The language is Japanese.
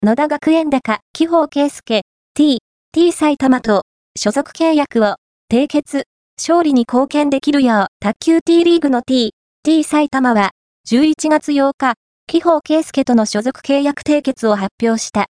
野田学園高、紀宝圭介、T 埼玉と、所属契約を、締結、勝利に貢献できるよう、卓球 T リーグの T 埼玉は、11月8日、紀宝圭介との所属契約締結を発表した。